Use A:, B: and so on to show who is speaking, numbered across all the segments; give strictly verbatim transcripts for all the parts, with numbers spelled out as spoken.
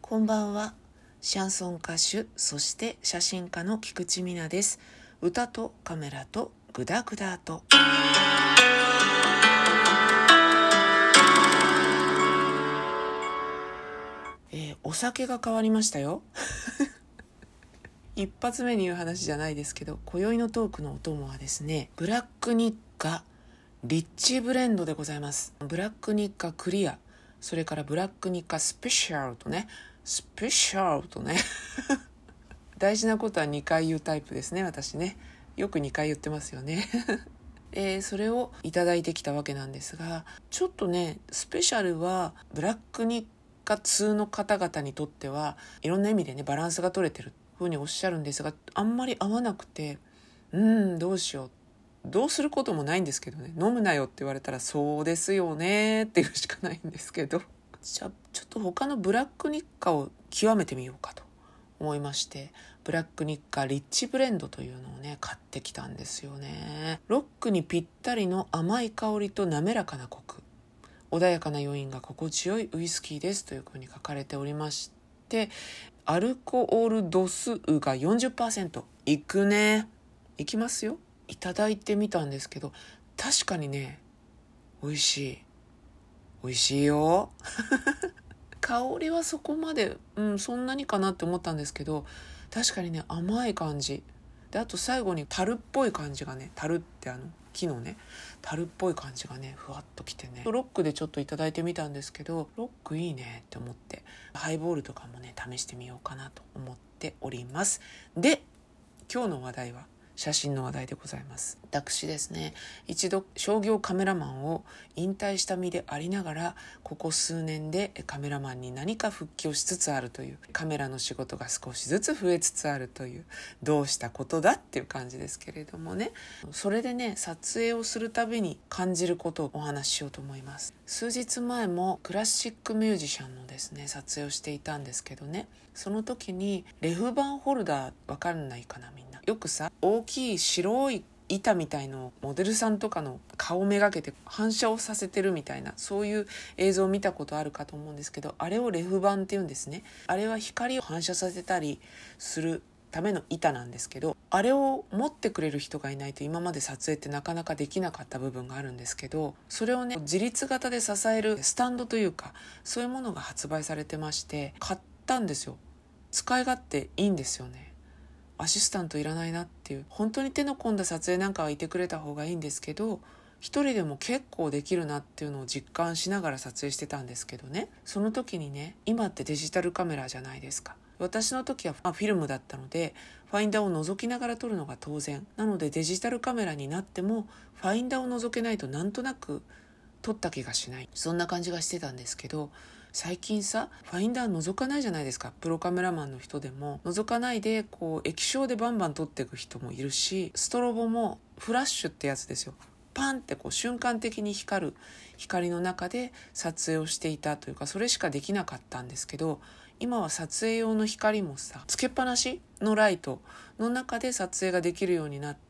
A: こんばんは。シャンソン歌手、そして写真家の菊池美奈です。歌とカメラとグダグダと。えー、お酒が変わりましたよ。一発目に言う話じゃないですけど、今宵のトークのお供はですね、ブラックニッカリッチブレンドでございます。ブラックニッカクリア、それからブラックニッカスペシャルとね、スペシャルとね大事なことはにかい言うタイプですね、私ね。よくにかい言ってますよね、えー、それをいただいてきたわけなんですが、ちょっとね、スペシャルはブラックニッカ通の方々にとってはいろんな意味でね、バランスが取れてるふうにおっしゃるんですが、あんまり合わなくて、うーんどうしよう、どうすることもないんですけどね、飲むなよって言われたらそうですよねっていうしかないんですけど、じゃあちょっと他のブラックニッカを極めてみようかと思いまして、ブラックニッカリッチブレンドというのをね買ってきたんですよね。ロックにぴったりの甘い香りと滑らかなコク、穏やかな余韻が心地よいウイスキーですというふうに書かれておりまして、アルコール度数が よんじゅっパーセント いくね、いきますよ。いただいてみたんですけど、確かにね美味しい美味しいよ香りはそこまで、うん、そんなにかなって思ったんですけど、確かにね甘い感じで、あと最後に樽っぽい感じがね、樽ってあの木のね樽っぽい感じがねふわっときてね、ロックでちょっといただいてみたんですけど、ロックいいねって思って、ハイボールとかもね試してみようかなと思っております。で、今日の話題は写真の話題でございます。私ですね、一度商業カメラマンを引退した身でありながら、ここ数年でカメラマンに何か復帰をしつつあるという、カメラの仕事が少しずつ増えつつあるという、どうしたことだっていう感じですけれどもね、それでね撮影をするたびに感じることをお話ししようと思います。数日前もクラシックミュージシャンのですね撮影をしていたんですけどね、その時にレフ板ホルダーわかんないかな、みんなよくさ、大きい白い板みたいのをモデルさんとかの顔めがけて反射をさせてるみたいな、そういう映像を見たことあるかと思うんですけど、あれをレフ板って言うんですね。あれは光を反射させたりするための板なんですけど、あれを持ってくれる人がいないと今まで撮影ってなかなかできなかった部分があるんですけど、それをね自立型で支えるスタンドというか、そういうものが発売されてまして、買ったんですよ。使い勝手いいんですよね。アシスタントいらないなっていう、本当に手の込んだ撮影なんかはいてくれた方がいいんですけど、一人でも結構できるなっていうのを実感しながら撮影してたんですけどね、その時にね、今ってデジタルカメラじゃないですか。私の時はフィルムだったので、ファインダーを覗きながら撮るのが当然なので、デジタルカメラになってもファインダーを覗けないとなんとなく撮った気がしない、そんな感じがしてたんですけど、最近さファインダー覗かないじゃないですか。プロカメラマンの人でも覗かないで、こう液晶でバンバン撮っていく人もいるし、ストロボもフラッシュってやつですよ、パンってこう瞬間的に光る光の中で撮影をしていたというか、それしかできなかったんですけど、今は撮影用の光もさ、つけっぱなしのライトの中で撮影ができるようになって、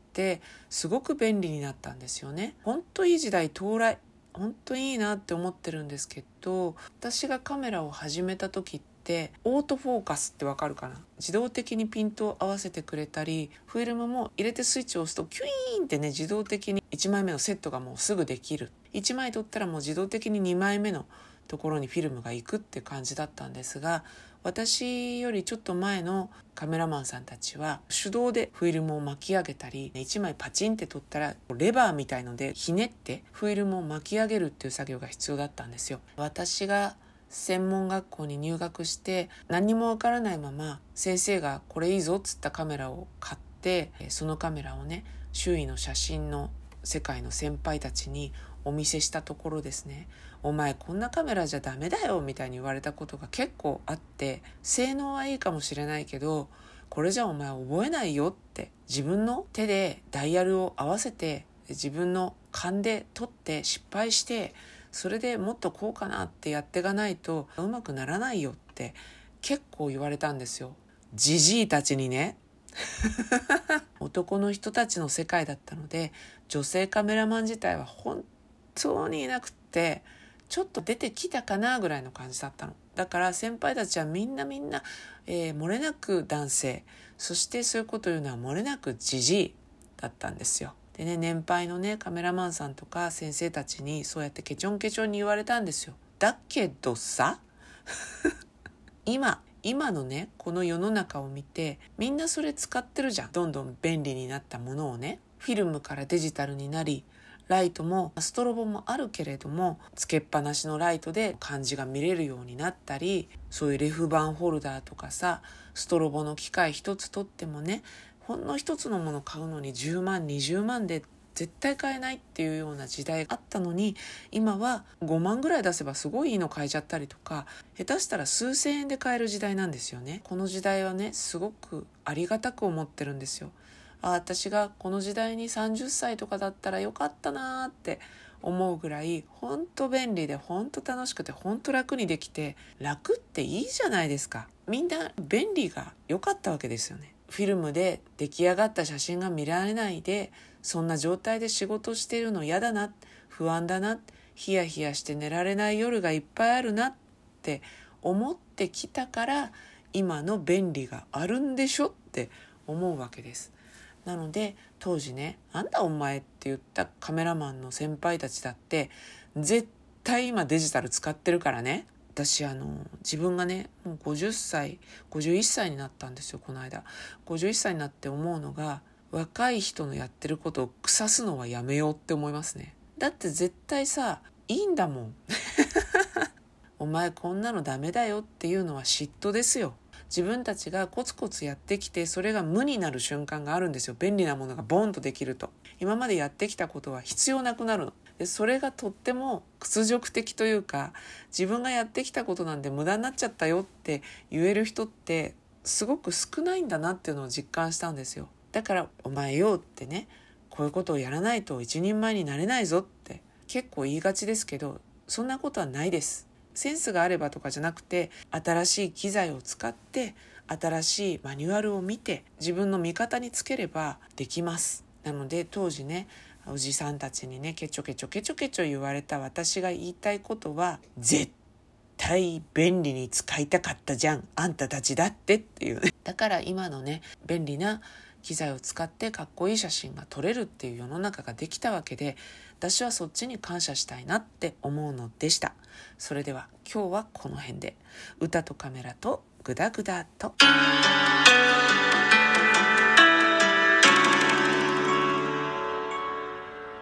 A: すごく便利になったんですよね。ほんといい時代到来、本当にいいなって思ってるんですけど、私がカメラを始めた時ってオートフォーカスってわかるかな、自動的にピントを合わせてくれたり、フィルムも入れてスイッチを押すとキュイーンってね、自動的にいちまいめのセットがもうすぐできる、いちまい撮ったらもう自動的ににまいめのところにフィルムが行くって感じだったんですが、私よりちょっと前のカメラマンさんたちは手動でフィルムを巻き上げたり、いちまいパチンって取ったらレバーみたいのでひねってフィルムを巻き上げるっていう作業が必要だったんですよ。私が専門学校に入学して何にもわからないまま、先生がこれいいぞっつったカメラを買って、そのカメラをね周囲の写真の世界の先輩たちにお見せしたところですね、お前こんなカメラじゃダメだよみたいに言われたことが結構あって、性能はいいかもしれないけどこれじゃお前覚えないよって、自分の手でダイヤルを合わせて自分の勘で撮って失敗して、それでもっとこうかなってやっていかないとうまくならないよって結構言われたんですよ。ジジイたちにね男の人たちの世界だったので、女性カメラマン自体は本当にいなくって、 ちょっと出てきたかなぐらいの感じだったの。だから先輩たちはみんなみんな、えー、漏れなく男性、そしてそういうことを言うのは漏れなくジジイだったんですよ。でね、年配のねカメラマンさんとか先生たちにそうやってケチョンケチョンに言われたんですよ。だけどさ今今のねこの世の中を見てみんなそれ使ってるじゃん。どんどん便利になったものをね、フィルムからデジタルになり、ライトもストロボもあるけれどもつけっぱなしのライトで漢字が見れるようになったり、そういうレフ板ホルダーとかさ、ストロボの機械一つ取ってもね、ほんの一つのもの買うのにじゅうまんにじゅうまんで絶対買えないっていうような時代があったのに、今はごまんぐらい出せばすごいいいの買えちゃったりとか、下手したら数千円で買える時代なんですよね。この時代はねすごくありがたく思ってるんですよ。あ、私がこの時代にさんじゅっさいとかだったらよかったなって思うぐらい、ほんと便利でほんと楽しくてほんと楽にできて、楽っていいじゃないですか。みんな便利が良かったわけですよね。フィルムで出来上がった写真が見られないで、そんな状態で仕事してるの嫌だな、不安だな、ヒヤヒヤして寝られない夜がいっぱいあるなって思ってきたから、今の便利があるんでしょって思うわけです。なので当時ね、なんだお前って言ったカメラマンの先輩たちだって絶対今デジタル使ってるからね。私あの自分がねもうごじゅっさいごじゅういっさいになったんですよ、この間。ごじゅういっさいになって思うのが、若い人のやってることを腐すのはやめようって思いますね。だって絶対さいいんだもんお前こんなのダメだよっていうのは嫉妬ですよ。自分たちがコツコツやってきてそれが無になる瞬間があるんですよ。便利なものがボンとできると、今までやってきたことは必要なくなるので、それがとっても屈辱的というか、自分がやってきたことなんで無駄になっちゃったよって言える人ってすごく少ないんだなっていうのを実感したんですよ。だからお前よってね、こういうことをやらないと一人前になれないぞって結構言いがちですけど、そんなことはないです。センスがあればとかじゃなくて、新しい機材を使って新しいマニュアルを見て自分の味方につければできます。なので当時ねおじさんたちにねケチョケチョケチョケチョ言われた私が言いたいことは、絶対便利に使いたかったじゃんあんたたちだってっていうね。だから今のね便利な機材を使ってかっこいい写真が撮れるっていう世の中ができたわけで、私はそっちに感謝したいなって思うのでした。それでは今日はこの辺で、歌とカメラとグダグダと。